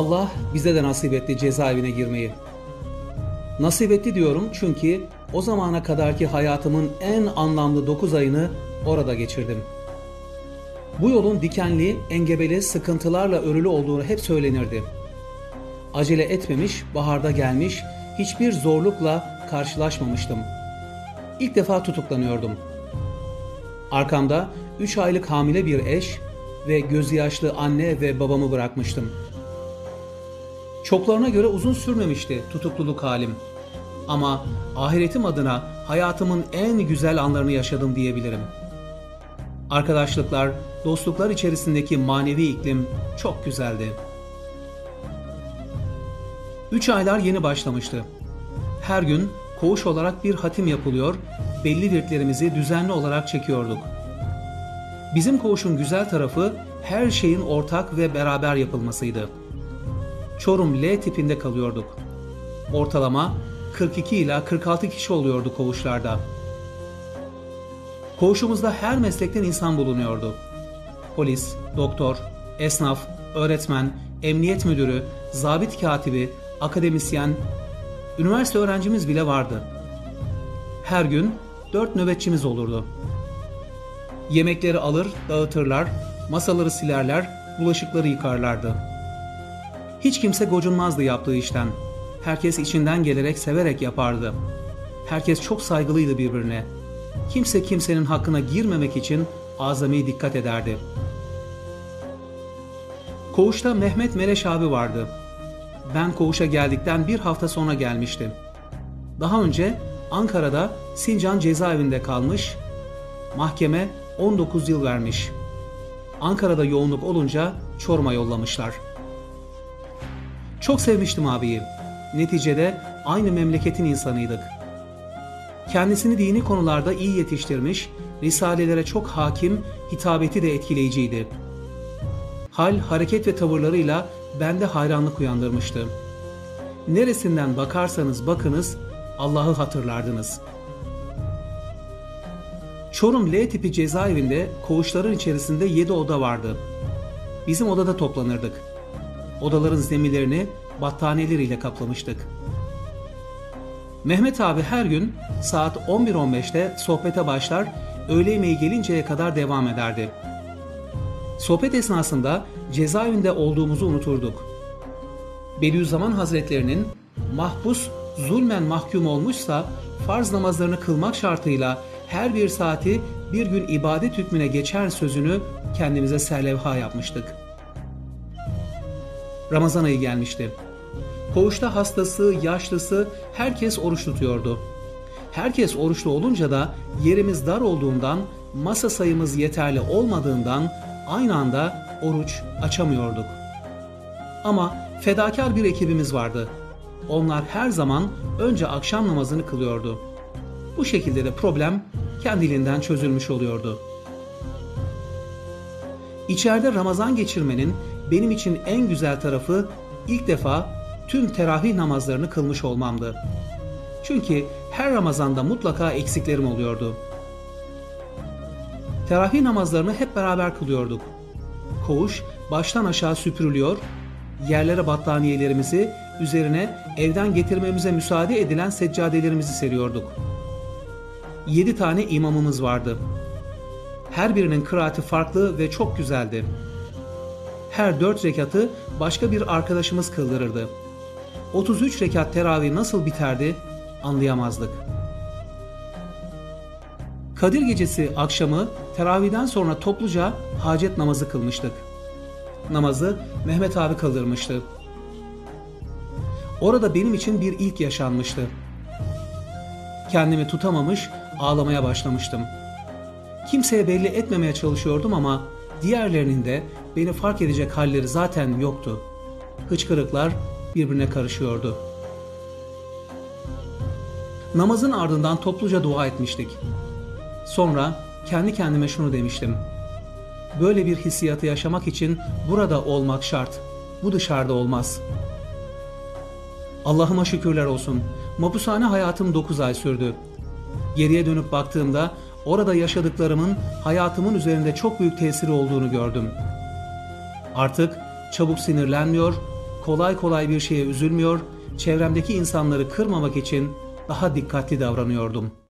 Allah bize de nasip etti cezaevine girmeyi. Nasip etti diyorum çünkü o zamana kadarki hayatımın en anlamlı 9 ayını orada geçirdim. Bu yolun dikenli, engebeli, sıkıntılarla örülü olduğunu hep söylenirdi. Acele etmemiş, baharda gelmiş, hiçbir zorlukla karşılaşmamıştım. İlk defa tutuklanıyordum. Arkamda 3 aylık hamile bir eş ve gözü yaşlı anne ve babamı bırakmıştım. Çoklarına göre uzun sürmemişti tutukluluk halim. Ama ahiretim adına hayatımın en güzel anlarını yaşadım diyebilirim. Arkadaşlıklar, dostluklar içerisindeki manevi iklim çok güzeldi. 3 aylar yeni başlamıştı. Her gün koğuş olarak bir hatim yapılıyor, belli virtlerimizi düzenli olarak çekiyorduk. Bizim koğuşun güzel tarafı her şeyin ortak ve beraber yapılmasıydı. Çorum L tipinde kalıyorduk. Ortalama 42 ila 46 kişi oluyordu koğuşlarda. Koğuşumuzda her meslekten insan bulunuyordu. Polis, doktor, esnaf, öğretmen, emniyet müdürü, zabit katibi, akademisyen, üniversite öğrencimiz bile vardı. Her gün 4 nöbetçimiz olurdu. Yemekleri alır, dağıtırlar, masaları silerler, bulaşıkları yıkarlardı. Hiç kimse gocunmazdı yaptığı işten. Herkes içinden gelerek, severek yapardı. Herkes çok saygılıydı birbirine. Kimse kimsenin hakkına girmemek için azami dikkat ederdi. Koğuşta Mehmet Meleş abi vardı. Ben koğuşa geldikten bir hafta sonra gelmişti. Daha önce Ankara'da Sincan cezaevinde kalmış, mahkeme 19 yıl vermiş. Ankara'da yoğunluk olunca Çorum'a yollamışlar. Çok sevmiştim abiyi. Neticede aynı memleketin insanıydık. Kendisini dini konularda iyi yetiştirmiş, risalelere çok hakim, hitabeti de etkileyiciydi. Hal, hareket ve tavırlarıyla bende hayranlık uyandırmıştı. Neresinden bakarsanız bakınız, Allah'ı hatırlardınız. Çorum L tipi cezaevinde koğuşların içerisinde 7 oda vardı. Bizim odada toplanırdık. Odaların zeminlerini battaniyeleriyle kaplamıştık. Mehmet abi her gün saat 11.15'te sohbete başlar, öğle yemeği gelinceye kadar devam ederdi. Sohbet esnasında cezaevinde olduğumuzu unuturduk. Bediüzzaman Hazretlerinin mahpus zulmen mahkum olmuşsa farz namazlarını kılmak şartıyla her bir saati bir gün ibadet hükmüne geçer sözünü kendimize serlevha yapmıştık. Ramazan ayı gelmişti. Koğuşta hastası, yaşlısı herkes oruç tutuyordu. Herkes oruçlu olunca da yerimiz dar olduğundan, masa sayımız yeterli olmadığından aynı anda oruç açamıyorduk. Ama fedakar bir ekibimiz vardı. Onlar her zaman önce akşam namazını kılıyordu. Bu şekilde de problem kendiliğinden çözülmüş oluyordu. İçeride Ramazan geçirmenin benim için en güzel tarafı ilk defa tüm teravih namazlarını kılmış olmamdı. Çünkü her Ramazan'da mutlaka eksiklerim oluyordu. Teravih namazlarını hep beraber kılıyorduk. Koğuş baştan aşağı süpürülüyor, yerlere battaniyelerimizi, üzerine evden getirmemize müsaade edilen seccadelerimizi seriyorduk. 7 tane imamımız vardı. Her birinin kıraati farklı ve çok güzeldi. Her 4 rekatı başka bir arkadaşımız kıldırırdı. 33 rekat teravih nasıl biterdi anlayamazdık. Kadir Gecesi akşamı teravihden sonra topluca hacet namazı kılmıştık. Namazı Mehmet abi kıldırmıştı. Orada benim için bir ilk yaşanmıştı. Kendimi tutamamış, ağlamaya başlamıştım. Kimseye belli etmemeye çalışıyordum ama diğerlerinin de beni fark edecek halleri zaten yoktu. Hıçkırıklar birbirine karışıyordu. Namazın ardından topluca dua etmiştik. Sonra kendi kendime şunu demiştim. Böyle bir hissiyatı yaşamak için burada olmak şart. Bu dışarıda olmaz. Allah'ıma şükürler olsun. Mapushane hayatım 9 ay sürdü. Geriye dönüp baktığımda orada yaşadıklarımın hayatımın üzerinde çok büyük tesiri olduğunu gördüm. Artık çabuk sinirlenmiyor, kolay kolay bir şeye üzülmüyor, çevremdeki insanları kırmamak için daha dikkatli davranıyordum.